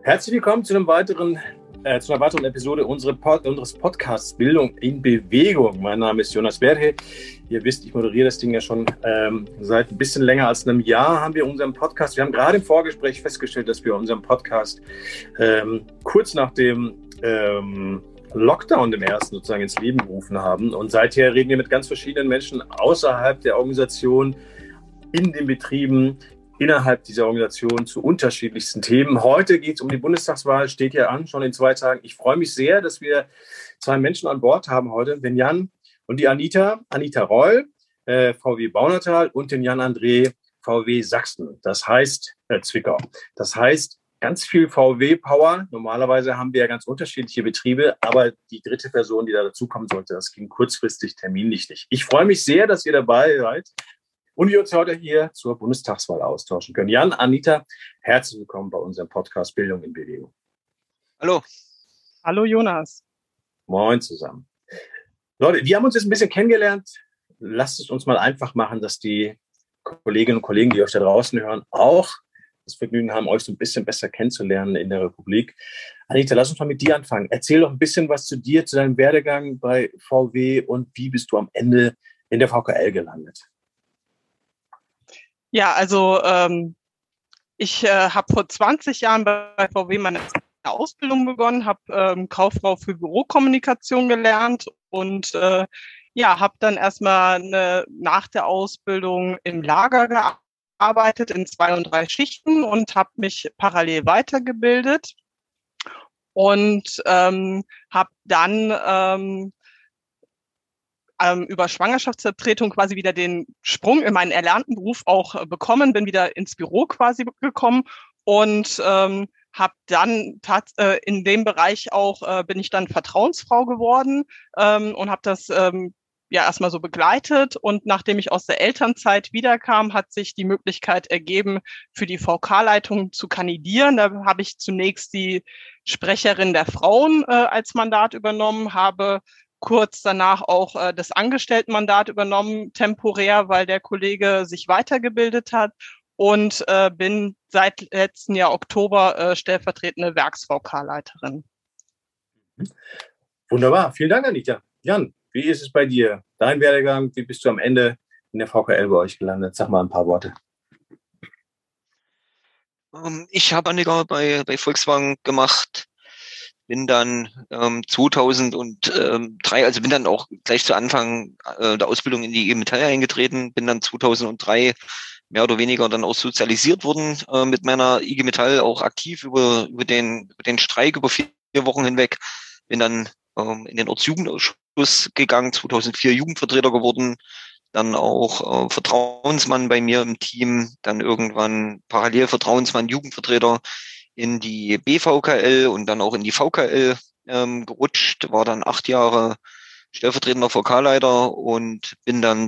Herzlich willkommen zu einer weiteren Episode unseres Podcasts Bildung in Bewegung. Mein Name ist Jonas Berhe. Ihr wisst, ich moderiere das Ding ja schon seit ein bisschen länger als einem Jahr haben wir unseren Podcast. Wir haben gerade im Vorgespräch festgestellt, dass wir unseren Podcast kurz nach dem Lockdown, dem ersten sozusagen, ins Leben gerufen haben. Und seither reden wir mit ganz verschiedenen Menschen außerhalb der Organisation, in den Betrieben, innerhalb dieser Organisation zu unterschiedlichsten Themen. Heute geht es um die Bundestagswahl, steht ja an, schon in 2 Tagen. Ich freue mich sehr, dass wir 2 Menschen an Bord haben heute, den Jan und die Anita Reul, VW Baunatal, und den Jan André, VW Sachsen, das heißt Zwickau. Das heißt, ganz viel VW-Power. Normalerweise haben wir ja ganz unterschiedliche Betriebe, aber die dritte Person, die da dazukommen sollte, das ging kurzfristig terminlich nicht. Ich freue mich sehr, dass ihr dabei seid und wir uns heute hier zur Bundestagswahl austauschen können. Jan, Anita, herzlich willkommen bei unserem Podcast Bildung in Bewegung. Hallo. Hallo Jonas. Moin zusammen. Leute, wir haben uns jetzt ein bisschen kennengelernt. Lasst es uns mal einfach machen, dass die Kolleginnen und Kollegen, die euch da draußen hören, auch das Vergnügen haben, euch so ein bisschen besser kennenzulernen in der Republik. Anita, lass uns mal mit dir anfangen. Erzähl doch ein bisschen was zu dir, zu deinem Werdegang bei VW und wie bist du am Ende in der VKL gelandet? Ja, also ich habe vor 20 Jahren bei VW meine Ausbildung begonnen, habe Kauffrau für Bürokommunikation gelernt und habe dann erstmal nach der Ausbildung im Lager gearbeitet in 2 und 3 Schichten und habe mich parallel weitergebildet und habe dann über Schwangerschaftsvertretung quasi wieder den Sprung in meinen erlernten Beruf auch bekommen, bin wieder ins Büro quasi gekommen und habe dann in dem Bereich auch bin ich dann Vertrauensfrau geworden und habe das erstmal so begleitet, und nachdem ich aus der Elternzeit wiederkam, hat sich die Möglichkeit ergeben, für die VK-Leitung zu kandidieren. Da habe ich zunächst die Sprecherin der Frauen als Mandat übernommen, habe kurz danach auch das Angestelltenmandat übernommen, temporär, weil der Kollege sich weitergebildet hat, und bin seit letzten Jahr Oktober stellvertretende Werks-VK-Leiterin. Wunderbar, vielen Dank, Anita. Jan, wie ist es bei dir? Dein Werdegang, wie bist du am Ende in der VKL bei euch gelandet? Sag mal ein paar Worte. Ich habe Annika bei Volkswagen gemacht, bin dann 2003, also bin dann auch gleich zu Anfang der Ausbildung in die IG Metall eingetreten, bin dann 2003 mehr oder weniger dann auch sozialisiert worden mit meiner IG Metall, auch aktiv über den Streik über 4 Wochen hinweg, bin dann in den Ortsjugendausschuss gegangen, 2004 Jugendvertreter geworden, dann auch Vertrauensmann bei mir im Team, dann irgendwann parallel Vertrauensmann, Jugendvertreter in die BVKL und dann auch in die VKL gerutscht, war dann 8 Jahre stellvertretender VK-Leiter und bin dann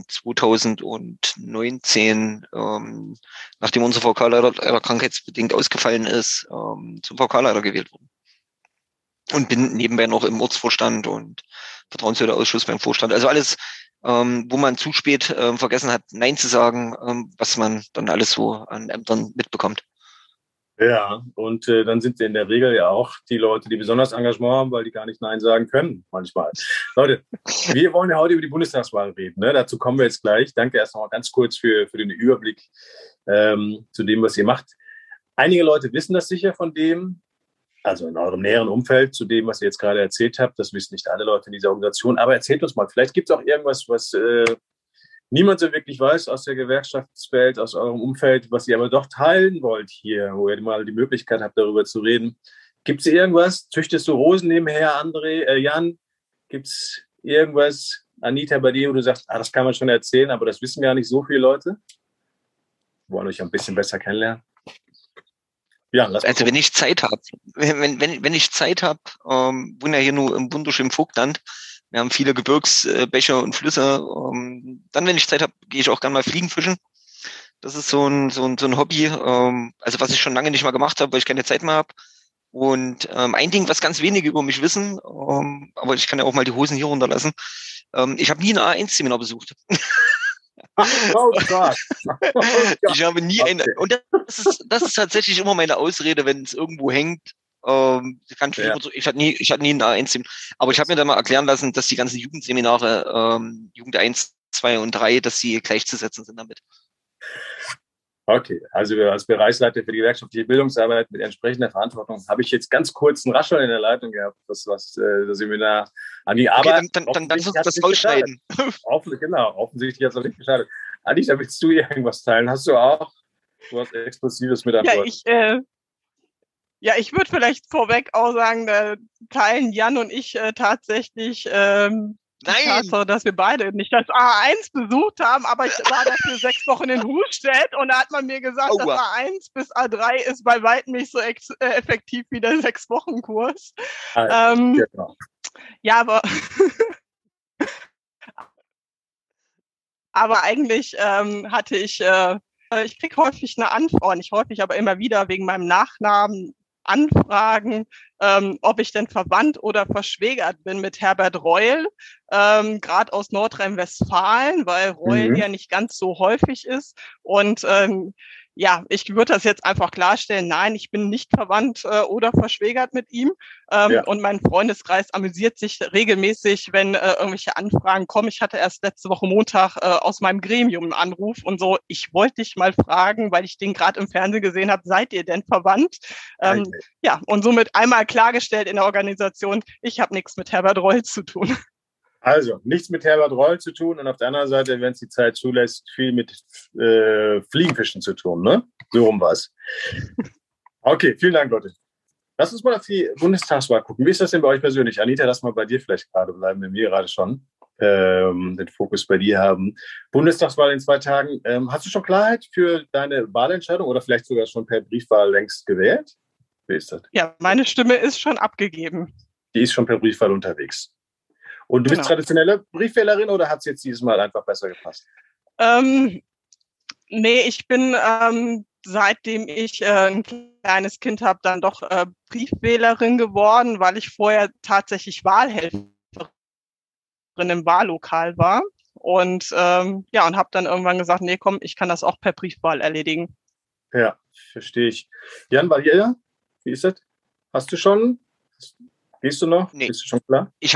2019, nachdem unser VK-Leiter krankheitsbedingt ausgefallen ist, zum VK-Leiter gewählt worden. Und bin nebenbei noch im Ortsvorstand und Vertrauenshüterausschuss beim Vorstand. Also alles, wo man zu spät vergessen hat, Nein zu sagen, was man dann alles so an Ämtern mitbekommt. Ja, und dann sind in der Regel ja auch die Leute, die besonders Engagement haben, weil die gar nicht Nein sagen können, manchmal. Leute, wir wollen ja heute über die Bundestagswahl reden. Ne? Dazu kommen wir jetzt gleich. Danke erst noch mal ganz kurz für den Überblick zu dem, was ihr macht. Einige Leute wissen das sicher von dem, also in eurem näheren Umfeld, zu dem, was ihr jetzt gerade erzählt habt. Das wissen nicht alle Leute in dieser Organisation. Aber erzählt uns mal, vielleicht gibt es auch irgendwas, was niemand so wirklich weiß aus der Gewerkschaftswelt, aus eurem Umfeld, was ihr aber doch teilen wollt hier, wo ihr mal die Möglichkeit habt, darüber zu reden. Gibt es irgendwas? Züchtest du Rosen nebenher, Jan? Gibt es irgendwas, Anita, bei dir, wo du sagst, das kann man schon erzählen, aber das wissen gar nicht so viele Leute? Wir wollen euch ein bisschen besser kennenlernen. Ja, also wenn ich Zeit habe, wenn ich Zeit habe, wohne ja hier nur im wunderschönen Vogtland. Wir haben viele Gebirgsbäche und Flüsse. Dann, wenn ich Zeit habe, gehe ich auch gerne mal Fliegen fischen. Das ist so ein Hobby, also was ich schon lange nicht mal gemacht habe, weil ich keine Zeit mehr habe. Und ein Ding, was ganz wenige über mich wissen, aber ich kann ja auch mal die Hosen hier runterlassen. Ich habe nie ein A1-Seminar besucht. Oh Gott. Ich habe nie und das ist tatsächlich immer meine Ausrede, wenn es irgendwo hängt. Ich hatte nie ein A1-Team. Aber ich habe mir dann mal erklären lassen, dass die ganzen Jugendseminare, Jugend 1, 2 und 3, dass sie gleichzusetzen sind damit. Okay, also als Bereichsleiter für die gewerkschaftliche Bildungsarbeit mit entsprechender Verantwortung habe ich jetzt ganz kurz einen Raschel in der Leitung gehabt, was das Seminar anging. Aber okay, dann musst du das rausschneiden. Offensichtlich hat es noch nicht geschadet. Anita, willst du irgendwas teilen? Hast du auch was Explosives mit an Bord? Ich würde vielleicht vorweg auch sagen, teilen Jan und ich tatsächlich Tatsache, dass wir beide nicht das A1 besucht haben, aber ich war dafür 6 Wochen in Ruhestädt und da hat man mir gesagt, das A1 bis A3 ist bei weitem nicht so effektiv wie der 6-Wochen-Kurs. Genau. Ja, aber eigentlich hatte ich kriege häufig eine Anfrage, nicht häufig, aber immer wieder wegen meinem Nachnamen Anfragen, ob ich denn verwandt oder verschwägert bin mit Herbert Reul, gerade aus Nordrhein-Westfalen, weil Reul ja nicht ganz so häufig ist. Und ich würde das jetzt einfach klarstellen. Nein, ich bin nicht verwandt oder verschwägert mit ihm. Und mein Freundeskreis amüsiert sich regelmäßig, wenn irgendwelche Anfragen kommen. Ich hatte erst letzte Woche Montag aus meinem Gremium einen Anruf und so, ich wollte dich mal fragen, weil ich den gerade im Fernsehen gesehen habe, seid ihr denn verwandt? Und somit einmal klargestellt in der Organisation, ich habe nichts mit Herbert Reul zu tun. Also, nichts mit Herbert Reul zu tun und auf der anderen Seite, wenn es die Zeit zulässt, viel mit Fliegenfischen zu tun, ne? So rum war's. Okay, vielen Dank, Leute. Lass uns mal auf die Bundestagswahl gucken. Wie ist das denn bei euch persönlich? Anita, lass mal bei dir vielleicht gerade bleiben, wenn wir gerade schon den Fokus bei dir haben. Bundestagswahl in 2 Tagen. Hast du schon Klarheit für deine Wahlentscheidung oder vielleicht sogar schon per Briefwahl längst gewählt? Wie ist das? Ja, meine Stimme ist schon abgegeben. Die ist schon per Briefwahl unterwegs. Und du bist traditionelle Briefwählerin oder hat es jetzt dieses Mal einfach besser gepasst? Nee, ich bin seitdem ich ein kleines Kind habe, dann doch Briefwählerin geworden, weil ich vorher tatsächlich Wahlhelferin im Wahllokal war. Und und habe dann irgendwann gesagt, nee, komm, ich kann das auch per Briefwahl erledigen. Ja, verstehe ich. Jan, bei dir? Wie ist das? Hast du schon? Gehst du noch? Nee. Bist du schon klar? Ich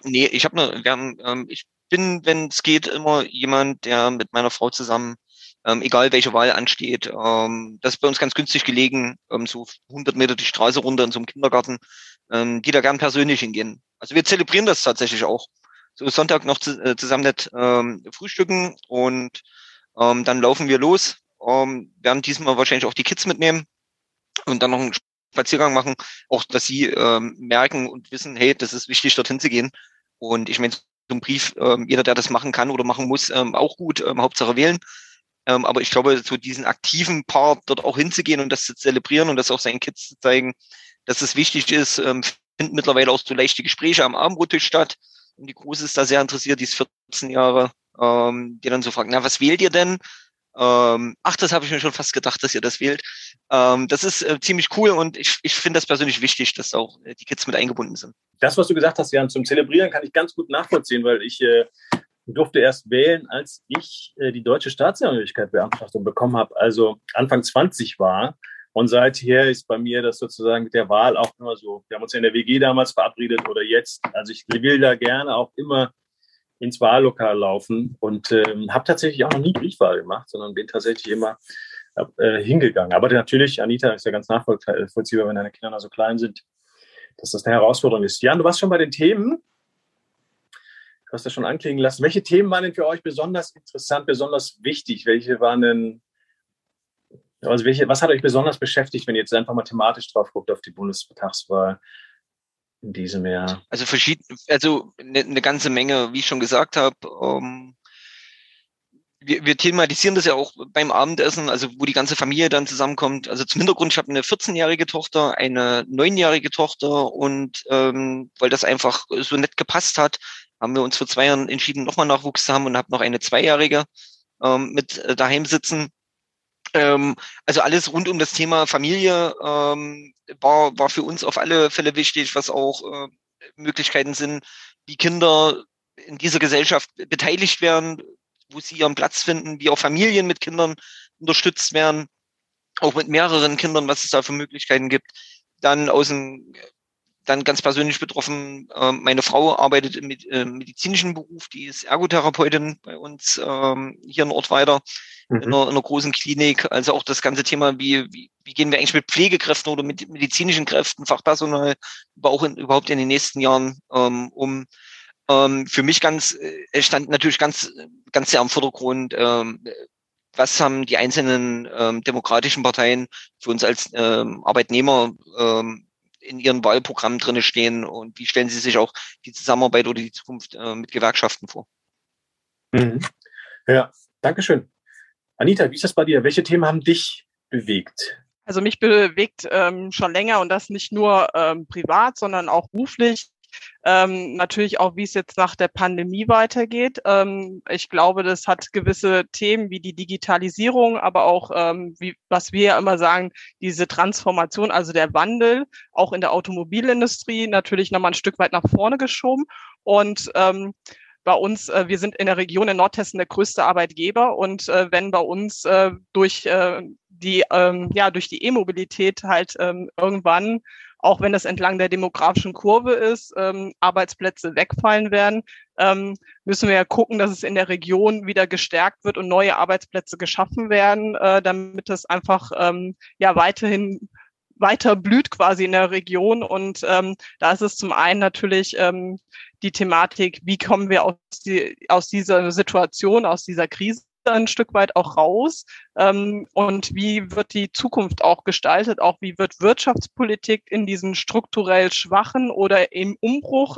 bin, wenn es geht, immer jemand, der mit meiner Frau zusammen, egal welche Wahl ansteht, das ist bei uns ganz günstig gelegen, so 100 Meter die Straße runter in so einem Kindergarten, die da gern persönlich hingehen. Also wir zelebrieren das tatsächlich auch. So Sonntag noch zusammen nicht frühstücken und dann laufen wir los, werden diesmal wahrscheinlich auch die Kids mitnehmen und dann noch einen Spaziergang machen, auch dass sie merken und wissen, hey, das ist wichtig, dorthin zu gehen. Und ich meine, so ein Brief, jeder, der das machen kann oder machen muss, auch gut, Hauptsache wählen. Aber ich glaube, so diesen aktiven Part dort auch hinzugehen und das zu zelebrieren und das auch seinen Kids zu zeigen, dass es wichtig ist, finden mittlerweile auch so leichte Gespräche am Abendbrottisch statt. Und die Große ist da sehr interessiert, die ist 14 Jahre, die dann so fragt, na, was wählt ihr denn? Das habe ich mir schon fast gedacht, dass ihr das wählt. Das ist ziemlich cool und ich finde das persönlich wichtig, dass auch die Kids mit eingebunden sind. Das, was du gesagt hast, Jan, zum Zelebrieren kann ich ganz gut nachvollziehen, weil ich durfte erst wählen, als ich die deutsche Staatsangehörigkeit beantragt und bekommen habe, also Anfang 20 war. Und seither ist bei mir das sozusagen mit der Wahl auch immer so. Wir haben uns ja in der WG damals verabredet oder jetzt. Also ich will da gerne auch immer ins Wahllokal laufen und habe tatsächlich auch noch nie Briefwahl gemacht, sondern bin tatsächlich immer hingegangen. Aber natürlich, Anita, ist ja ganz nachvollziehbar, wenn deine Kinder noch so klein sind, dass das eine Herausforderung ist. Jan, du warst schon bei den Themen. Du hast das schon anklingen lassen. Welche Themen waren denn für euch besonders interessant, besonders wichtig? Welche waren denn, was hat euch besonders beschäftigt, wenn ihr jetzt einfach mal thematisch drauf guckt auf die Bundestagswahl in diesem Jahr? Also eine ganze Menge, wie ich schon gesagt habe. Wir thematisieren das ja auch beim Abendessen, also wo die ganze Familie dann zusammenkommt. Also zum Hintergrund, ich habe eine 14-jährige Tochter, eine 9-jährige Tochter und weil das einfach so nett gepasst hat, haben wir uns vor 2 Jahren entschieden, nochmal Nachwuchs zu haben und habe noch eine 2-jährige mit daheim sitzen. Also alles rund um das Thema Familie war für uns auf alle Fälle wichtig, was auch Möglichkeiten sind, wie Kinder in dieser Gesellschaft beteiligt werden, wo sie ihren Platz finden, wie auch Familien mit Kindern unterstützt werden, auch mit mehreren Kindern, was es da für Möglichkeiten gibt. dann dann ganz persönlich betroffen, meine Frau arbeitet im medizinischen Beruf, die ist Ergotherapeutin bei uns hier in Ortweida in einer großen Klinik. Also auch das ganze Thema, wie gehen wir eigentlich mit Pflegekräften oder mit medizinischen Kräften, Fachpersonal, aber auch überhaupt in den nächsten Jahren um. Für mich stand natürlich ganz sehr im Vordergrund, was haben die einzelnen demokratischen Parteien für uns als Arbeitnehmer in ihren Wahlprogrammen drinne stehen und wie stellen sie sich auch die Zusammenarbeit oder die Zukunft mit Gewerkschaften vor? Mhm. Ja, Dankeschön. Anita, wie ist das bei dir? Welche Themen haben dich bewegt? Also mich bewegt schon länger und das nicht nur privat, sondern auch beruflich. Natürlich auch, wie es jetzt nach der Pandemie weitergeht. Ich glaube, das hat gewisse Themen wie die Digitalisierung, aber auch, was wir ja immer sagen, diese Transformation, also der Wandel, auch in der Automobilindustrie natürlich nochmal ein Stück weit nach vorne geschoben. Und bei uns, wir sind in der Region in Nordhessen der größte Arbeitgeber und wenn bei uns durch die E-Mobilität halt irgendwann, auch wenn es entlang der demografischen Kurve ist, Arbeitsplätze wegfallen werden, müssen wir ja gucken, dass es in der Region wieder gestärkt wird und neue Arbeitsplätze geschaffen werden, damit es einfach weiterhin weiter blüht quasi in der Region. Und da ist es zum einen natürlich die Thematik, wie kommen wir aus dieser Situation, aus dieser Krise ein Stück weit auch raus und wie wird die Zukunft auch gestaltet, auch wie wird Wirtschaftspolitik in diesen strukturell schwachen oder im Umbruch,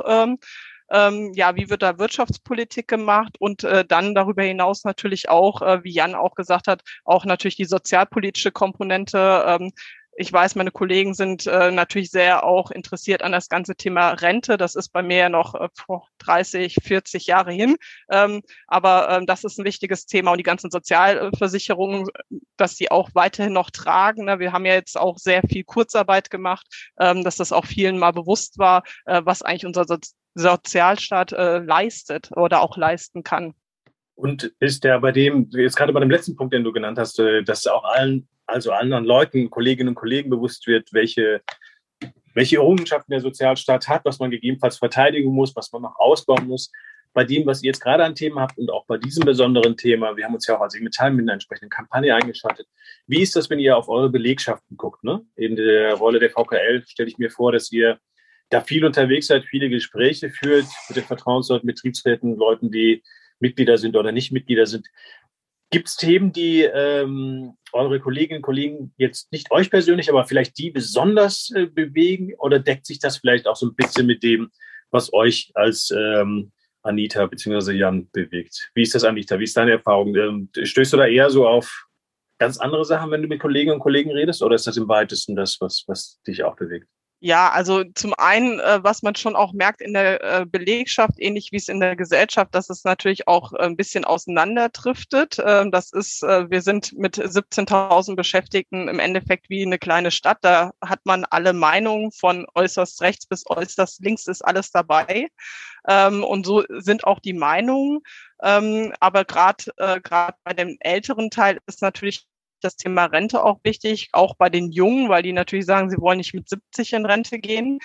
wie wird da Wirtschaftspolitik gemacht und dann darüber hinaus natürlich auch, wie Jan auch gesagt hat, auch natürlich die sozialpolitische Komponente. Ich weiß, meine Kollegen sind natürlich sehr auch interessiert an das ganze Thema Rente. Das ist bei mir ja noch 30, 40 Jahre hin. Aber das ist ein wichtiges Thema und die ganzen Sozialversicherungen, dass die auch weiterhin noch tragen. Ne? Wir haben ja jetzt auch sehr viel Kurzarbeit gemacht, dass das auch vielen mal bewusst war, was eigentlich unser Sozialstaat leistet oder auch leisten kann. Und ist der jetzt gerade bei dem letzten Punkt, den du genannt hast, dass auch allen anderen Leuten, Kolleginnen und Kollegen bewusst wird, welche Errungenschaften der Sozialstaat hat, was man gegebenenfalls verteidigen muss, was man noch ausbauen muss. Bei dem, was ihr jetzt gerade an Themen habt und auch bei diesem besonderen Thema, wir haben uns ja auch als IG Metall mit einer entsprechenden Kampagne eingeschaltet. Wie ist das, wenn ihr auf eure Belegschaften guckt? Ne? In der Rolle der VKL stelle ich mir vor, dass ihr da viel unterwegs seid, viele Gespräche führt mit den Vertrauensleuten, Betriebsräten, Leuten, die Mitglieder sind oder nicht Mitglieder sind. Gibt es Themen, die eure Kolleginnen und Kollegen jetzt nicht euch persönlich, aber vielleicht die besonders bewegen? Oder deckt sich das vielleicht auch so ein bisschen mit dem, was euch als Anita bzw. Jan bewegt? Wie ist das, Anita? Wie ist deine Erfahrung? Stößt du da eher so auf ganz andere Sachen, wenn du mit Kolleginnen und Kollegen redest? Oder ist das im weitesten das, was dich auch bewegt? Ja, also zum einen, was man schon auch merkt in der Belegschaft, ähnlich wie es in der Gesellschaft, dass es natürlich auch ein bisschen auseinanderdriftet. Das ist, wir sind mit 17.000 Beschäftigten im Endeffekt wie eine kleine Stadt. Da hat man alle Meinungen von äußerst rechts bis äußerst links ist alles dabei. Und so sind auch die Meinungen. Aber gerade bei dem älteren Teil ist natürlich das Thema Rente auch wichtig, auch bei den Jungen, weil die natürlich sagen, sie wollen nicht mit 70 in Rente gehen.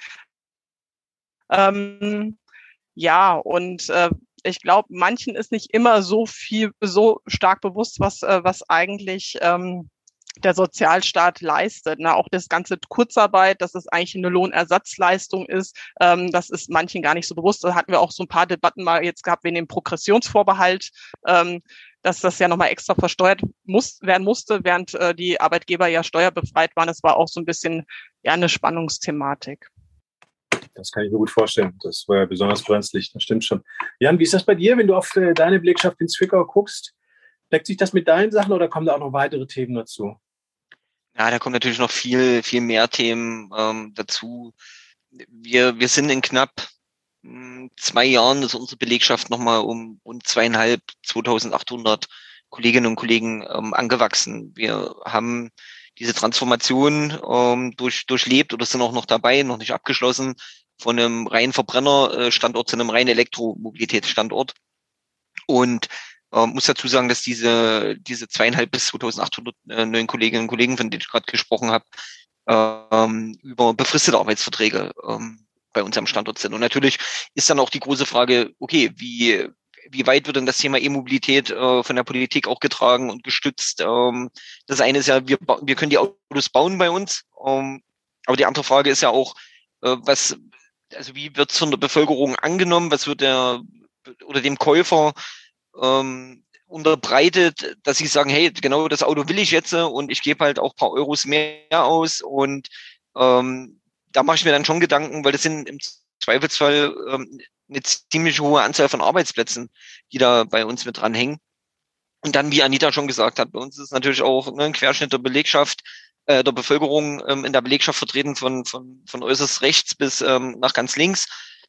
Ich glaube, manchen ist nicht immer so stark bewusst, was eigentlich der Sozialstaat leistet. Ne? Auch das ganze Kurzarbeit, dass es eigentlich eine Lohnersatzleistung ist, das ist manchen gar nicht so bewusst. Da hatten wir auch so ein paar Debatten mal jetzt gehabt wegen dem Progressionsvorbehalt, dass das ja nochmal extra versteuert werden musste, während die Arbeitgeber ja steuerbefreit waren. Das war auch so ein bisschen eine Spannungsthematik. Das kann ich mir gut vorstellen. Das war ja besonders brenzlig, das stimmt schon. Jan, wie ist das bei dir, wenn du auf deine Belegschaft in Zwickau guckst? Deckt sich das mit deinen Sachen oder kommen da auch noch weitere Themen dazu? Ja, da kommen natürlich noch viel mehr Themen dazu. Wir sind in knapp 2 Jahren ist unsere Belegschaft nochmal um rund 2.800 Kolleginnen und Kollegen angewachsen. Wir haben diese Transformation durchlebt oder sind auch noch dabei, noch nicht abgeschlossen, von einem reinen Verbrennerstandort zu einem reinen Elektromobilitätsstandort. Und muss dazu sagen, dass diese 2.500 bis 2.800 neuen Kolleginnen und Kollegen, von denen ich gerade gesprochen habe, über befristete Arbeitsverträge bei uns am Standort sind. Und natürlich ist dann auch die große Frage, okay, wie weit wird denn das Thema E-Mobilität von der Politik auch getragen und gestützt? Das eine ist ja, wir können die Autos bauen bei uns, aber die andere Frage ist ja auch, wie wird es von der Bevölkerung angenommen? Was wird dem Käufer unterbreitet, dass sie sagen, hey, genau das Auto will ich jetzt und ich gebe halt auch ein paar Euros mehr aus und da mache ich mir dann schon Gedanken, weil das sind im Zweifelsfall eine ziemlich hohe Anzahl von Arbeitsplätzen, die da bei uns mit dranhängen. Und dann, wie Anita schon gesagt hat, bei uns ist natürlich auch ein Querschnitt der Belegschaft, der Bevölkerung in der Belegschaft vertreten von äußerst rechts bis nach ganz links.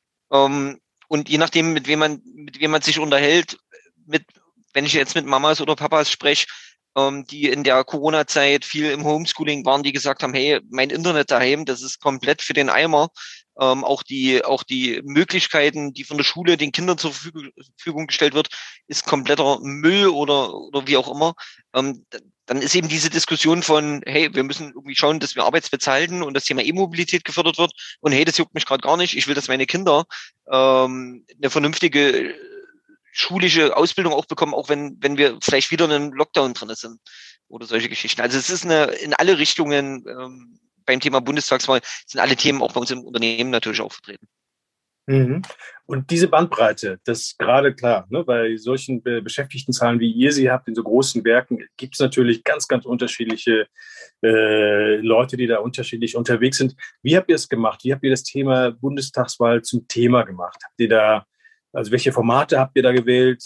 Und je nachdem, mit wem man sich unterhält, wenn ich jetzt mit Mamas oder Papas spreche, die in der Corona-Zeit viel im Homeschooling waren, die gesagt haben, hey, mein Internet daheim, das ist komplett für den Eimer. Auch die Möglichkeiten, die von der Schule den Kindern zur Verfügung gestellt wird, ist kompletter Müll oder wie auch immer. Dann ist eben diese Diskussion von, hey, wir müssen irgendwie schauen, dass wir Arbeitsplätze halten und das Thema E-Mobilität gefördert wird. Und hey, das juckt mich gerade gar nicht. Ich will, dass meine Kinder eine vernünftige schulische Ausbildung auch bekommen, auch wenn wir vielleicht wieder in einem Lockdown drin sind oder solche Geschichten. Also es ist in alle Richtungen beim Thema Bundestagswahl sind alle Themen auch bei uns im Unternehmen natürlich auch vertreten. Mhm. Und diese Bandbreite, das gerade klar, ne, bei solchen Beschäftigtenzahlen, wie ihr sie habt, in so großen Werken, gibt es natürlich ganz, ganz unterschiedliche Leute, die da unterschiedlich unterwegs sind. Wie habt ihr es gemacht? Wie habt ihr das Thema Bundestagswahl zum Thema gemacht? Habt ihr da, also welche Formate habt ihr da gewählt?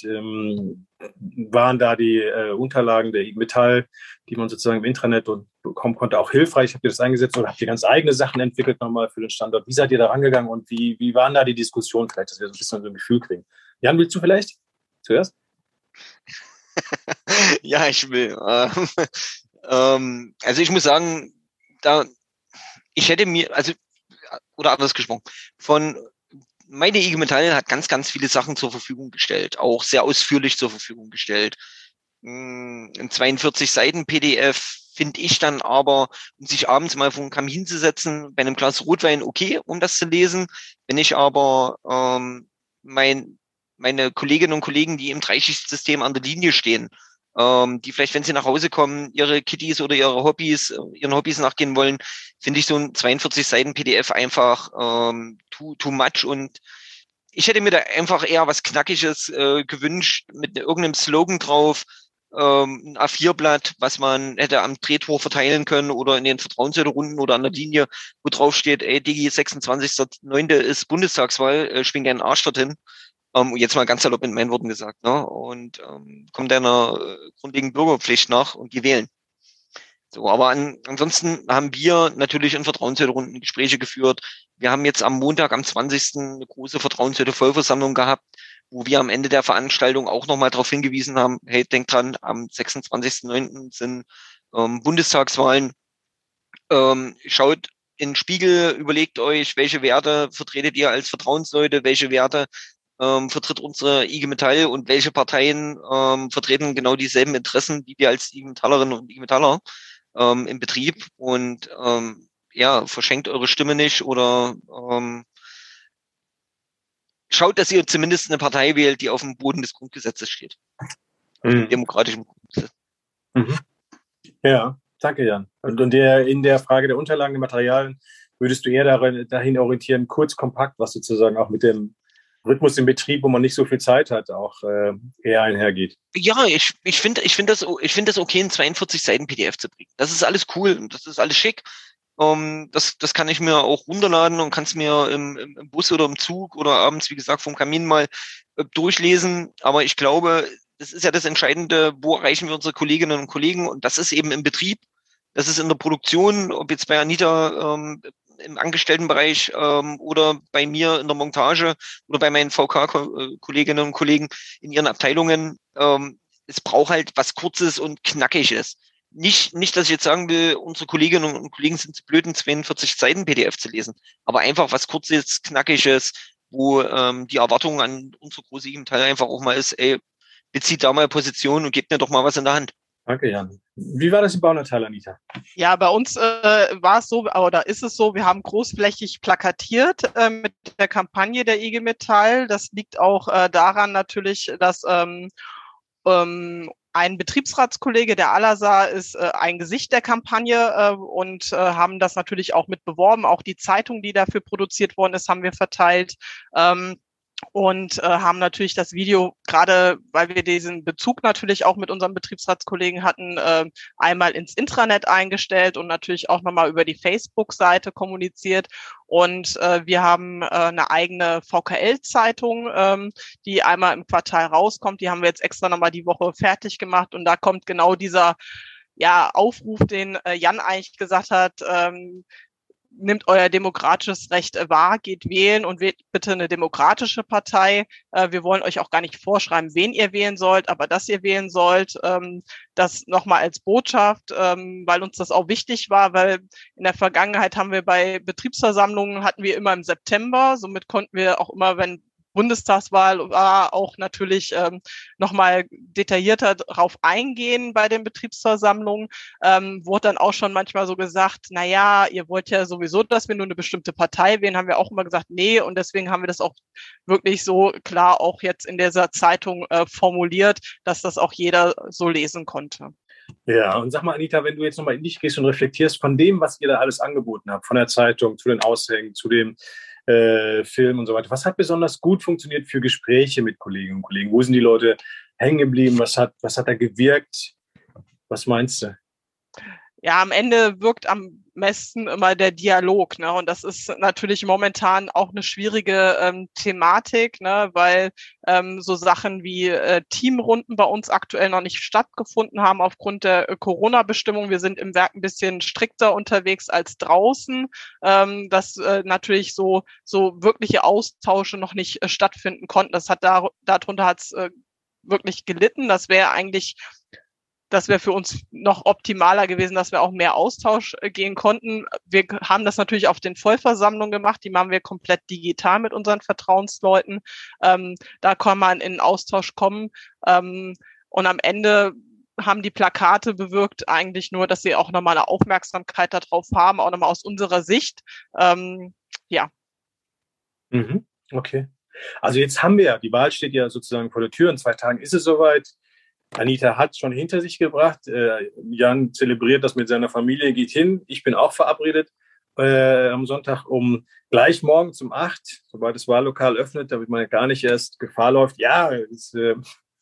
Waren da die Unterlagen der IG Metall, die man sozusagen im Intranet bekommen konnte, auch hilfreich? Habt ihr das eingesetzt oder habt ihr ganz eigene Sachen entwickelt nochmal für den Standort? Wie seid ihr da rangegangen und wie waren da die Diskussionen vielleicht, dass wir so ein bisschen so ein Gefühl kriegen? Jan, willst du vielleicht zuerst? Ja, ich will. Also ich muss sagen, ich hätte mir, oder anders gesprochen, meine IG Metall hat ganz, ganz viele Sachen zur Verfügung gestellt, auch sehr ausführlich zur Verfügung gestellt. Ein 42 Seiten PDF finde ich dann aber, um sich abends mal vor den Kamin zu setzen, bei einem Glas Rotwein okay, um das zu lesen. Wenn ich aber meine Kolleginnen und Kollegen, die im Dreischichtsystem an der Linie stehen, die vielleicht, wenn sie nach Hause kommen, ihre Kittys oder ihren Hobbys nachgehen wollen, finde ich so ein 42 Seiten PDF einfach too much. Und ich hätte mir da einfach eher was Knackiges gewünscht mit irgendeinem Slogan drauf, ein A4-Blatt, was man hätte am Drehtor verteilen können oder in den Vertrauensrunden oder an der Linie, wo drauf steht, ey Digi, 26.09. ist Bundestagswahl, schwing deinen Arsch dorthin. Jetzt mal ganz salopp in meinen Worten gesagt, ne? Und kommt deiner grundlegenden Bürgerpflicht nach und die wählen. So, aber ansonsten haben wir natürlich in Vertrauenshütte-Runden Gespräche geführt. Wir haben jetzt am Montag, am 20. eine große Vertrauenshütte-Vollversammlung gehabt, wo wir am Ende der Veranstaltung auch nochmal darauf hingewiesen haben, hey, denkt dran, am 26.09. sind Bundestagswahlen. Schaut in den Spiegel, überlegt euch, welche Werte vertretet ihr als Vertrauensleute, welche Werte vertritt unsere IG Metall und welche Parteien vertreten genau dieselben Interessen, wie wir als IG Metallerinnen und IG Metaller im Betrieb und verschenkt eure Stimme nicht oder schaut, dass ihr zumindest eine Partei wählt, die auf dem Boden des Grundgesetzes steht. Auf dem demokratischen Grundgesetz. Mhm. Ja, danke, Jan. Und in der Frage der Unterlagen, der Materialien, würdest du eher dahin orientieren, kurz, kompakt, was sozusagen auch mit dem Rhythmus im Betrieb, wo man nicht so viel Zeit hat, auch eher einhergeht? Ja, ich finde das okay, in 42 Seiten PDF zu bringen. Das ist alles cool und das ist alles schick. Das kann ich mir auch runterladen und kann es mir im Bus oder im Zug oder abends, wie gesagt, vom Kamin mal durchlesen. Aber ich glaube, das ist ja das Entscheidende, wo erreichen wir unsere Kolleginnen und Kollegen? Und das ist eben im Betrieb, das ist in der Produktion, ob jetzt bei Anita im Angestelltenbereich oder bei mir in der Montage oder bei meinen VK-Kolleginnen und Kollegen in ihren Abteilungen. Es braucht halt was Kurzes und Knackiges. Nicht, dass ich jetzt sagen will, unsere Kolleginnen und Kollegen sind zu blöd, 42 Seiten PDF zu lesen, aber einfach was Kurzes, Knackiges, wo die Erwartung an unsere große IG Metall einfach auch mal ist, ey, bezieht da mal Position und gebt mir doch mal was in der Hand. Danke, Jan. Wie war das im Baunatal, Anita? Ja, bei uns war es so, oder ist es so, wir haben großflächig plakatiert mit der Kampagne der IG Metall. Das liegt auch daran natürlich, dass ein Betriebsratskollege, der Al-Azhar, ist ein Gesicht der Kampagne und haben das natürlich auch mit beworben. Auch die Zeitung, die dafür produziert worden ist, haben wir verteilt. Und haben natürlich das Video, gerade weil wir diesen Bezug natürlich auch mit unserem Betriebsratskollegen hatten, einmal ins Intranet eingestellt und natürlich auch nochmal über die Facebook-Seite kommuniziert. Und wir haben eine eigene VKL-Zeitung, die einmal im Quartal rauskommt. Die haben wir jetzt extra nochmal die Woche fertig gemacht. Und da kommt genau dieser Aufruf, den Jan eigentlich gesagt hat, nimmt euer demokratisches Recht wahr, geht wählen und wählt bitte eine demokratische Partei. Wir wollen euch auch gar nicht vorschreiben, wen ihr wählen sollt, aber dass ihr wählen sollt, das nochmal als Botschaft, weil uns das auch wichtig war, weil in der Vergangenheit haben wir bei Betriebsversammlungen hatten wir immer im September, somit konnten wir auch immer, wenn Bundestagswahl war, auch natürlich nochmal detaillierter drauf eingehen bei den Betriebsversammlungen. Wurde dann auch schon manchmal so gesagt, na ja, ihr wollt ja sowieso, dass wir nur eine bestimmte Partei wählen, haben wir auch immer gesagt, nee, und deswegen haben wir das auch wirklich so klar auch jetzt in dieser Zeitung formuliert, dass das auch jeder so lesen konnte. Ja, und sag mal, Anita, wenn du jetzt nochmal in dich gehst und reflektierst von dem, was ihr da alles angeboten habt, von der Zeitung zu den Aushängen, zu dem Film und so weiter. Was hat besonders gut funktioniert für Gespräche mit Kolleginnen und Kollegen? Wo sind die Leute hängen geblieben? Was hat da gewirkt? Was meinst du? Ja, am Ende wirkt am besten immer der Dialog, ne? Und das ist natürlich momentan auch eine schwierige Thematik, ne? Weil so Sachen wie Teamrunden bei uns aktuell noch nicht stattgefunden haben aufgrund der Corona-Bestimmung. Wir sind im Werk ein bisschen strikter unterwegs als draußen, dass natürlich so wirkliche Austausche noch nicht stattfinden konnten. Das hat darunter hat's wirklich gelitten. Das wäre für uns noch optimaler gewesen, dass wir auch mehr Austausch gehen konnten. Wir haben das natürlich auf den Vollversammlungen gemacht. Die machen wir komplett digital mit unseren Vertrauensleuten. Da kann man in Austausch kommen. Und am Ende haben die Plakate bewirkt eigentlich nur, dass sie auch nochmal eine Aufmerksamkeit darauf haben, auch nochmal aus unserer Sicht. Ja. Okay. Also jetzt haben wir ja, die Wahl steht ja sozusagen vor der Tür. In 2 Tagen ist es soweit. Anita hat es schon hinter sich gebracht. Jan zelebriert das mit seiner Familie, geht hin. Ich bin auch verabredet am Sonntag gleich morgens um 8, sobald das Wahllokal öffnet, damit man gar nicht erst Gefahr läuft. Ja, wir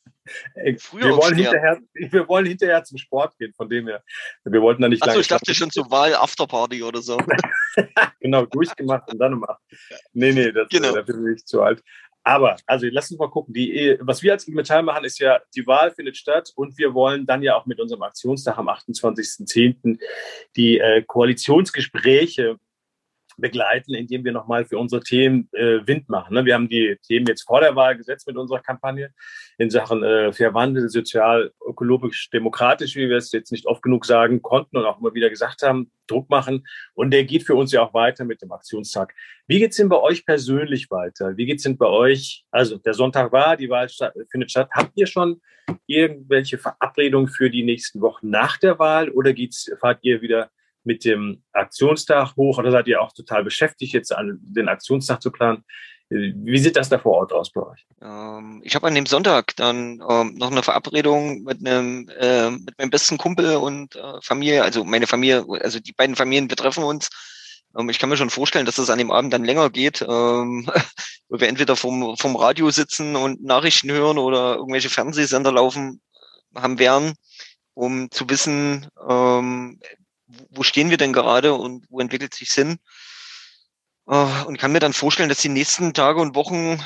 wollen hinterher zum Sport gehen, von dem her. Wir wollten da nicht lange. Achso, ich dachte schon zur Wahl-Afterparty oder so. Genau, durchgemacht und dann um 8. Nee, dafür bin ich zu alt. Aber, also lass uns mal gucken. Was wir als IG Metall machen, ist ja, die Wahl findet statt und wir wollen dann ja auch mit unserem Aktionstag am 28.10. die Koalitionsgespräche begleiten, indem wir nochmal für unsere Themen Wind machen. Wir haben die Themen jetzt vor der Wahl gesetzt mit unserer Kampagne in Sachen fair Wandel, sozial, ökologisch, demokratisch, wie wir es jetzt nicht oft genug sagen konnten und auch immer wieder gesagt haben, Druck machen. Und der geht für uns ja auch weiter mit dem Aktionstag. Wie geht's denn bei euch persönlich weiter? Wie geht's denn bei euch? Also der Sonntag war, die Wahl findet statt. Habt ihr schon irgendwelche Verabredungen für die nächsten Wochen nach der Wahl oder fahrt ihr wieder mit dem Aktionstag hoch oder seid ihr auch total beschäftigt, jetzt an den Aktionstag zu planen? Wie sieht das da vor Ort aus bei euch? Ich habe an dem Sonntag dann noch eine Verabredung mit meinem besten Kumpel und Familie, also meine Familie, also die beiden Familien, wir treffen uns. Ich kann mir schon vorstellen, dass das an dem Abend dann länger geht, wo wir entweder vom Radio sitzen und Nachrichten hören oder irgendwelche Fernsehsender laufen haben werden, um zu wissen, wo stehen wir denn gerade und wo entwickelt sich Sinn? Und kann mir dann vorstellen, dass die nächsten Tage und Wochen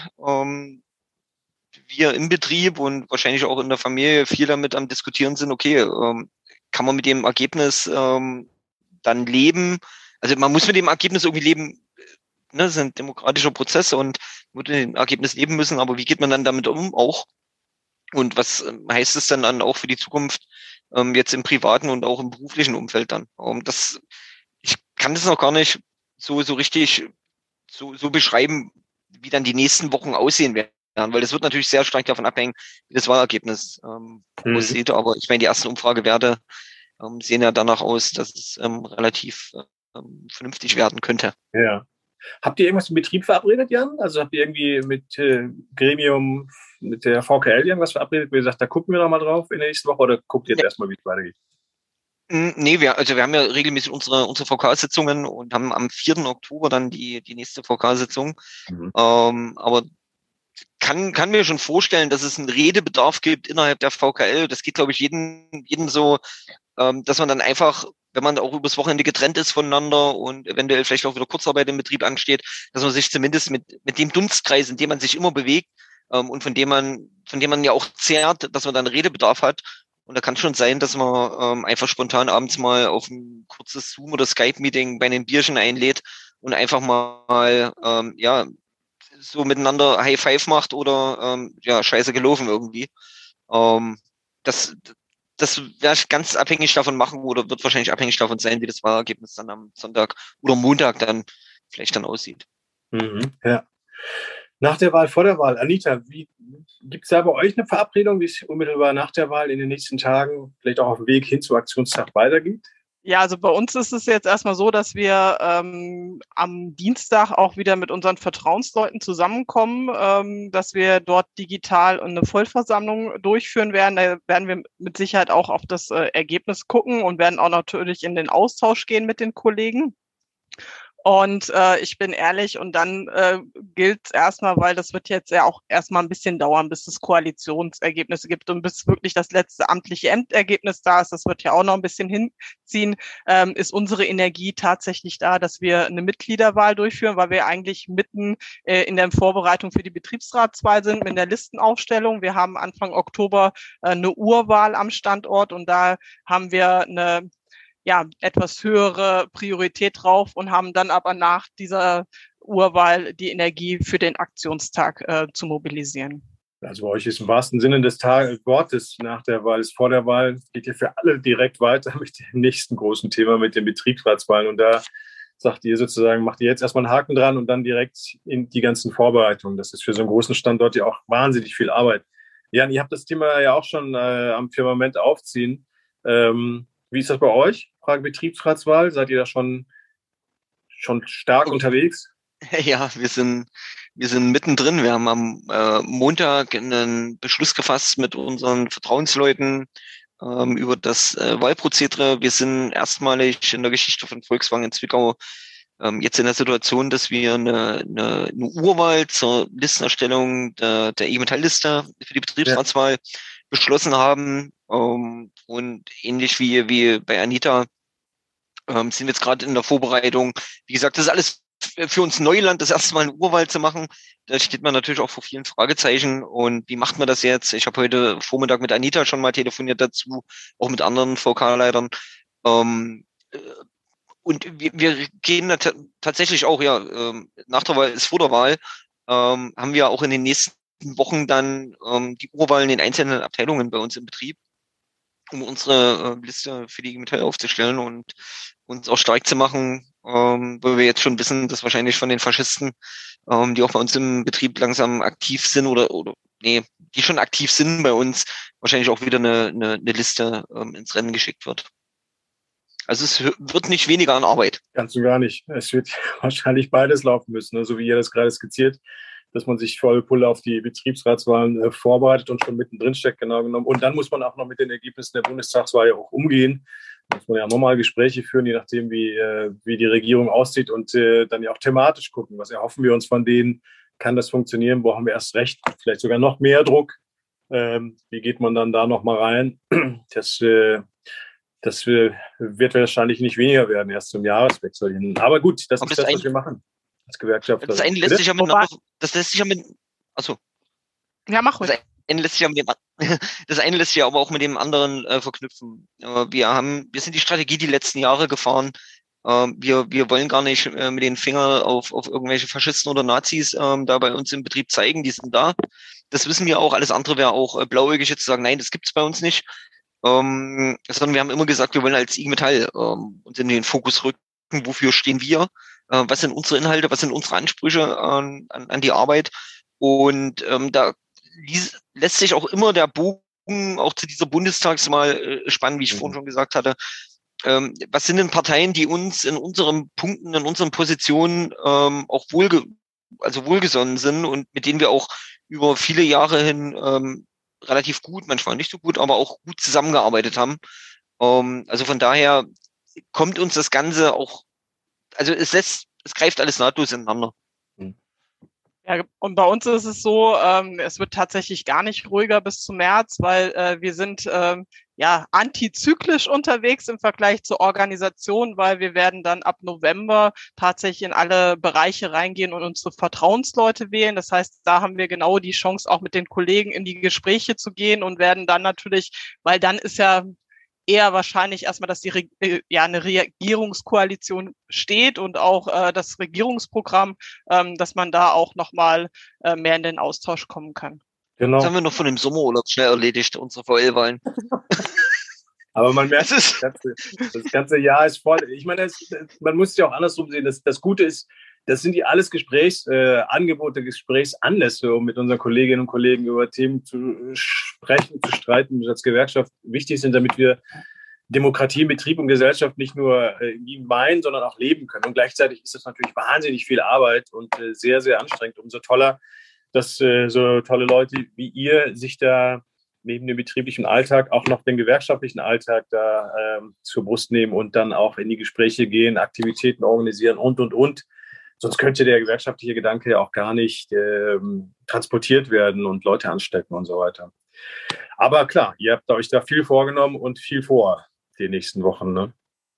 wir im Betrieb und wahrscheinlich auch in der Familie viel damit am Diskutieren sind, okay, kann man mit dem Ergebnis dann leben? Also man muss mit dem Ergebnis irgendwie leben, ne? Das ist ein demokratischer Prozess und man wird mit dem Ergebnis leben müssen, aber wie geht man dann damit um auch? Und was heißt es dann auch für die Zukunft jetzt im privaten und auch im beruflichen Umfeld dann? Ich kann das noch gar nicht so richtig so beschreiben, wie dann die nächsten Wochen aussehen werden. weil das wird natürlich sehr stark davon abhängen, wie das Wahlergebnis aussieht. Aber ich meine, die ersten Umfragewerte sehen ja danach aus, dass es relativ vernünftig werden könnte. Ja. Habt ihr irgendwas im Betrieb verabredet, Jan? Also habt ihr irgendwie mit Gremium, mit der VKL irgendwas verabredet, wo ihr sagt, da gucken wir noch mal drauf in der nächsten Woche, oder guckt ihr jetzt erstmal, wie es weitergeht? Nee, wir haben ja regelmäßig unsere VK-Sitzungen und haben am 4. Oktober dann die nächste VK-Sitzung. Aber kann mir schon vorstellen, dass es einen Redebedarf gibt innerhalb der VKL. Das geht, glaube ich, jedem so, dass man dann einfach, wenn man auch übers Wochenende getrennt ist voneinander und eventuell vielleicht auch wieder Kurzarbeit im Betrieb ansteht, dass man sich zumindest mit dem Dunstkreis, in dem man sich immer bewegt, und von dem man ja auch zehrt, dass man dann Redebedarf hat. Und da kann schon sein, dass man einfach spontan abends mal auf ein kurzes Zoom- oder Skype-Meeting bei einem Bierchen einlädt und einfach mal so miteinander High Five macht oder scheiße gelaufen irgendwie. Das werde ich ganz abhängig davon machen oder wird wahrscheinlich abhängig davon sein, wie das Wahlergebnis dann am Sonntag oder Montag dann vielleicht dann aussieht. Ja. Nach der Wahl, vor der Wahl. Anita, gibt es da bei euch eine Verabredung, wie es unmittelbar nach der Wahl in den nächsten Tagen, vielleicht auch auf dem Weg hin zu Aktionstag weitergeht? Ja, also bei uns ist es jetzt erstmal so, dass wir am Dienstag auch wieder mit unseren Vertrauensleuten zusammenkommen, dass wir dort digital eine Vollversammlung durchführen werden. Da werden wir mit Sicherheit auch auf das Ergebnis gucken und werden auch natürlich in den Austausch gehen mit den Kollegen. Und ich bin ehrlich, und dann gilt es erstmal, weil das wird jetzt ja auch erstmal ein bisschen dauern, bis es Koalitionsergebnisse gibt und bis wirklich das letzte amtliche Endergebnis da ist. Das wird ja auch noch ein bisschen hinziehen. Ist unsere Energie tatsächlich da, dass wir eine Mitgliederwahl durchführen, weil wir eigentlich mitten in der Vorbereitung für die Betriebsratswahl sind mit der Listenaufstellung. Wir haben Anfang Oktober eine Urwahl am Standort und da haben wir eine etwas höhere Priorität drauf und haben dann aber nach dieser Urwahl die Energie für den Aktionstag zu mobilisieren. Also bei euch ist im wahrsten Sinne des Wortes nach der Wahl, ist vor der Wahl, geht ja für alle direkt weiter mit dem nächsten großen Thema, mit den Betriebsratswahlen. Und da sagt ihr sozusagen, macht ihr jetzt erstmal einen Haken dran und dann direkt in die ganzen Vorbereitungen. Das ist für so einen großen Standort ja auch wahnsinnig viel Arbeit. Jan, ihr habt das Thema ja auch schon am Firmament aufziehen. Wie ist das bei euch? Frage Betriebsratswahl, seid ihr da schon stark unterwegs? Ja, wir sind mittendrin. Wir haben am Montag einen Beschluss gefasst mit unseren Vertrauensleuten über das Wahlprozedere. Wir sind erstmalig in der Geschichte von Volkswagen in Zwickau jetzt in der Situation, dass wir eine Urwahl zur Listenerstellung der IG-Metall-Liste für die Betriebsratswahl beschlossen haben. Und ähnlich wie bei Anita sind wir jetzt gerade in der Vorbereitung. Wie gesagt, das ist alles für uns Neuland, das erste Mal eine Urwahl zu machen. Da steht man natürlich auch vor vielen Fragezeichen. Und wie macht man das jetzt? Ich habe heute Vormittag mit Anita schon mal telefoniert dazu, auch mit anderen VK-Leitern. Und wir gehen tatsächlich auch, nach der Wahl ist vor der Wahl, haben wir auch in den nächsten Wochen dann die Urwahlen in den einzelnen Abteilungen bei uns im Betrieb, um unsere Liste für die Metall aufzustellen und uns auch stark zu machen, weil wir jetzt schon wissen, dass wahrscheinlich von den Faschisten, die auch bei uns im Betrieb langsam aktiv sind die schon aktiv sind bei uns, wahrscheinlich auch wieder eine Liste ins Rennen geschickt wird. Also es wird nicht weniger an Arbeit. Ganz und gar nicht. Es wird wahrscheinlich beides laufen müssen, ne? So wie ihr das gerade skizziert, dass man sich voll Pulle auf die Betriebsratswahlen vorbereitet und schon mittendrin steckt, genau genommen. Und dann muss man auch noch mit den Ergebnissen der Bundestagswahl ja auch umgehen. Da muss man ja nochmal Gespräche führen, je nachdem, wie die Regierung aussieht und dann ja auch thematisch gucken. Was erhoffen wir uns von denen? Kann das funktionieren? Wo haben wir erst recht? Vielleicht sogar noch mehr Druck. Wie geht man dann da nochmal rein? Das wird wahrscheinlich nicht weniger werden, erst zum Jahreswechsel hin. Aber gut, das ist das, was wir machen als Gewerkschaft. Das eine lässt sich ja achso. Ja, mach ruhig. Das eine lässt sich aber auch mit dem anderen verknüpfen. Wir sind die Strategie die letzten Jahre gefahren. Wir wollen gar nicht mit den Fingern auf irgendwelche Faschisten oder Nazis da bei uns im Betrieb zeigen, die sind da. Das wissen wir auch. Alles andere wäre auch blauäugig jetzt zu sagen, nein, das gibt's bei uns nicht. Sondern wir haben immer gesagt, wir wollen als IG Metall uns in den Fokus rücken. Wofür stehen wir? Was sind unsere Inhalte? Was sind unsere Ansprüche an die Arbeit? Und da lässt sich auch immer der Bogen auch zu dieser Bundestagswahl spannen, wie ich vorhin schon gesagt hatte. Was sind denn Parteien, die uns in unseren Punkten, in unseren Positionen auch wohlgesonnen sind und mit denen wir auch über viele Jahre hin relativ gut, manchmal nicht so gut, aber auch gut zusammengearbeitet haben. Also von daher kommt uns das Ganze auch, also es greift alles nahtlos ineinander. Ja, und bei uns ist es so, es wird tatsächlich gar nicht ruhiger bis zum März, weil wir sind antizyklisch unterwegs im Vergleich zur Organisation, weil wir werden dann ab November tatsächlich in alle Bereiche reingehen und unsere Vertrauensleute wählen. Das heißt, da haben wir genau die Chance, auch mit den Kollegen in die Gespräche zu gehen und werden dann natürlich, weil dann ist ja eher wahrscheinlich erstmal, dass eine Regierungskoalition steht und auch das Regierungsprogramm, dass man da auch nochmal mehr in den Austausch kommen kann. Genau. Das haben wir noch von dem Sommerurlaub schnell erledigt, unsere VL-Wahlen. Aber man merkt, das ganze Jahr ist voll. Ich meine, man muss es ja auch andersrum sehen. Das Gute ist, das sind alles Gesprächsangebote, Gesprächsanlässe, um mit unseren Kolleginnen und Kollegen über Themen zu sprechen, zu streiten, die als Gewerkschaft wichtig sind, damit wir Demokratie, Betrieb und Gesellschaft nicht nur meinen, sondern auch leben können. Und gleichzeitig ist das natürlich wahnsinnig viel Arbeit und sehr, sehr anstrengend. Umso toller, dass so tolle Leute wie ihr sich da neben dem betrieblichen Alltag auch noch den gewerkschaftlichen Alltag da zur Brust nehmen und dann auch in die Gespräche gehen, Aktivitäten organisieren und. Sonst könnte der gewerkschaftliche Gedanke ja auch gar nicht transportiert werden und Leute anstecken und so weiter. Aber klar, ihr habt euch da viel vorgenommen und viel vor die nächsten Wochen. Ne?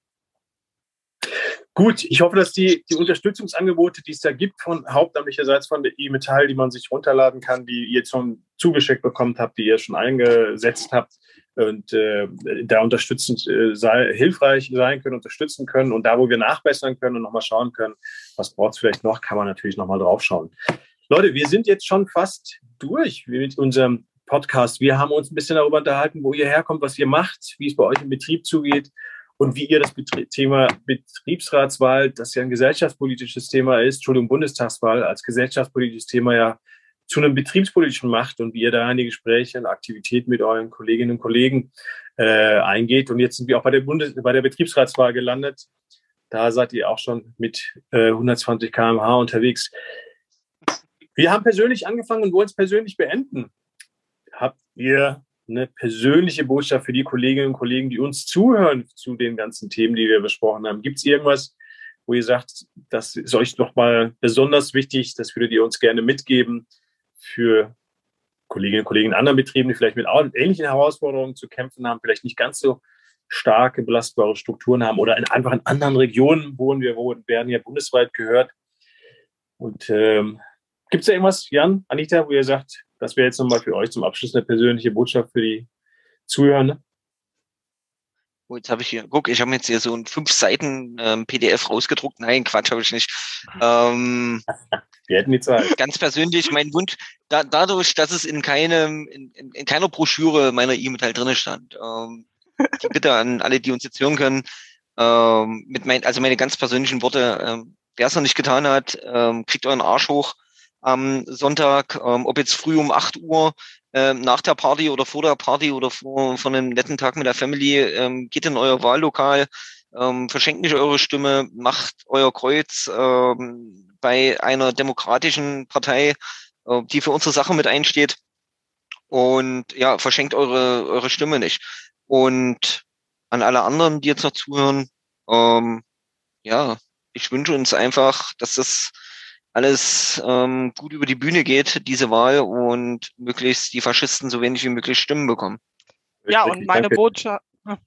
Gut, ich hoffe, dass die Unterstützungsangebote, die es da gibt, hauptamtlicherseits von der IG Metall, die man sich runterladen kann, die ihr schon zugeschickt bekommen habt, die ihr schon eingesetzt habt und da unterstützend hilfreich sein können, unterstützen können und da, wo wir nachbessern können und nochmal schauen können, was braucht es vielleicht noch, kann man natürlich nochmal drauf schauen. Leute, wir sind jetzt schon fast durch mit unserem Podcast. Wir haben uns ein bisschen darüber unterhalten, wo ihr herkommt, was ihr macht, wie es bei euch im Betrieb zugeht und wie ihr das Thema Betriebsratswahl, das ja ein gesellschaftspolitisches Thema ist, Bundestagswahl als gesellschaftspolitisches Thema ja zu einem betriebspolitischen macht und wie ihr da in die Gespräche und Aktivitäten mit euren Kolleginnen und Kollegen eingeht. Und jetzt sind wir auch bei der Betriebsratswahl gelandet. Da seid ihr auch schon mit 120 km/h unterwegs. Wir haben persönlich angefangen und wollen es persönlich beenden. Habt ihr eine persönliche Botschaft für die Kolleginnen und Kollegen, die uns zuhören zu den ganzen Themen, die wir besprochen haben? Gibt es irgendwas, wo ihr sagt, das ist euch nochmal besonders wichtig, das würdet ihr uns gerne mitgeben für Kolleginnen und Kollegen in anderen Betrieben, die vielleicht mit ähnlichen Herausforderungen zu kämpfen haben, vielleicht nicht ganz so starke, belastbare Strukturen haben oder einfach in anderen Regionen wohnen. Wir werden ja bundesweit gehört. Und gibt es da irgendwas, Jan, Anita, wo ihr sagt, das wäre jetzt nochmal für euch zum Abschluss eine persönliche Botschaft für die Zuhörenden? Oh, jetzt habe ich hier, guck, ich habe jetzt hier so ein 5 Seiten PDF rausgedruckt. Nein, Quatsch, habe ich nicht. Wir hätten die Zeit. Ganz persönlich, mein Wunsch, dadurch, dass es in keiner Broschüre meiner IG Metall drin stand, die Bitte an alle, die uns jetzt hören können, meine ganz persönlichen Worte, wer es noch nicht getan hat, kriegt euren Arsch hoch am Sonntag, ob jetzt früh um 8 Uhr, nach der Party oder vor der Party oder von einem netten Tag mit der Family, geht in euer Wahllokal, verschenkt nicht eure Stimme, macht euer Kreuz bei einer demokratischen Partei, die für unsere Sache mit einsteht und ja, verschenkt eure Stimme nicht. Und an alle anderen, die jetzt noch zuhören, ich wünsche uns einfach, dass das alles gut über die Bühne geht, diese Wahl, und möglichst die Faschisten so wenig wie möglich Stimmen bekommen. Ja, und meine Botschaft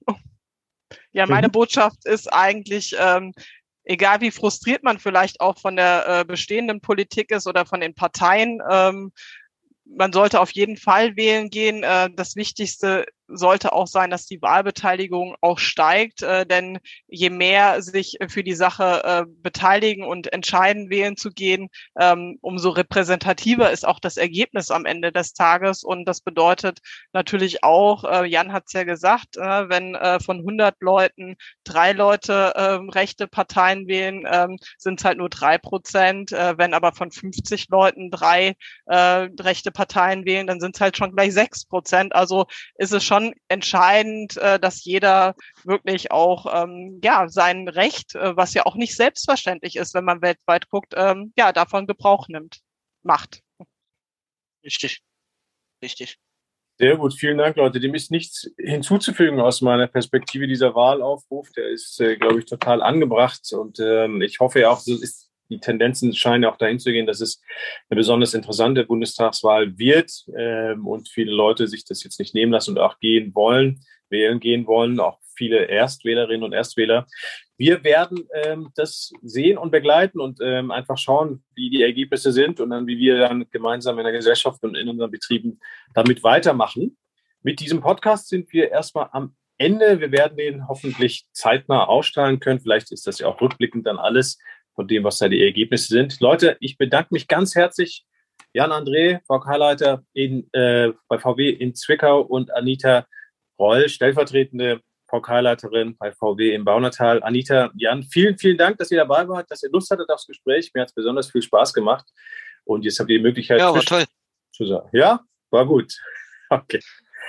ist eigentlich, egal wie frustriert man vielleicht auch von der bestehenden Politik ist oder von den Parteien, man sollte auf jeden Fall wählen gehen. Das Wichtigste sollte auch sein, dass die Wahlbeteiligung auch steigt, denn je mehr sich für die Sache beteiligen und entscheiden, wählen zu gehen, umso repräsentativer ist auch das Ergebnis am Ende des Tages. Und das bedeutet natürlich auch, Jan hat es ja gesagt, wenn von 100 Leuten 3 Leute rechte Parteien wählen, sind es halt nur 3%. Wenn aber von 50 Leuten 3 rechte Parteien wählen, dann sind es halt schon gleich 6%. Also ist es schon entscheidend, dass jeder wirklich auch sein Recht, was ja auch nicht selbstverständlich ist, wenn man weltweit guckt, davon Gebrauch macht. Richtig. Richtig. Sehr gut, vielen Dank, Leute. Dem ist nichts hinzuzufügen aus meiner Perspektive. Dieser Wahlaufruf, der ist, glaube ich, total angebracht. Und ich hoffe ja auch, die Tendenzen scheinen auch dahin zu gehen, dass es eine besonders interessante Bundestagswahl wird und viele Leute sich das jetzt nicht nehmen lassen und auch wählen gehen wollen, auch viele Erstwählerinnen und Erstwähler. Wir werden das sehen und begleiten und einfach schauen, wie die Ergebnisse sind und dann, wie wir dann gemeinsam in der Gesellschaft und in unseren Betrieben damit weitermachen. Mit diesem Podcast sind wir erstmal am Ende. Wir werden den hoffentlich zeitnah ausstrahlen können. Vielleicht ist das ja auch rückblickend dann alles von dem, was da die Ergebnisse sind. Leute, ich bedanke mich ganz herzlich. Jan André, VK-Leiter bei VW in Zwickau und Anita Reul, stellvertretende VK-Leiterin bei VW im Baunatal. Anita, Jan, vielen, vielen Dank, dass ihr dabei wart, dass ihr Lust hattet aufs Gespräch. Mir hat es besonders viel Spaß gemacht. Und jetzt habt ihr die Möglichkeit, ja, war toll zu sagen. Ja, war gut. Okay.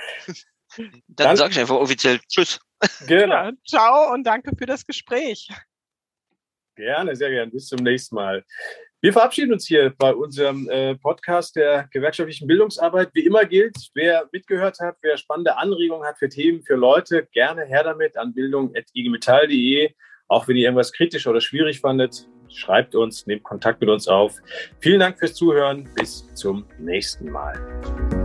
Dann sage ich einfach offiziell Tschüss. Genau. Ja, ciao und danke für das Gespräch. Gerne, sehr gerne. Bis zum nächsten Mal. Wir verabschieden uns hier bei unserem Podcast der gewerkschaftlichen Bildungsarbeit. Wie immer gilt, wer mitgehört hat, wer spannende Anregungen hat für Themen, für Leute, gerne her damit an bildung@igmetall.de. Auch wenn ihr irgendwas kritisch oder schwierig fandet, schreibt uns, nehmt Kontakt mit uns auf. Vielen Dank fürs Zuhören. Bis zum nächsten Mal.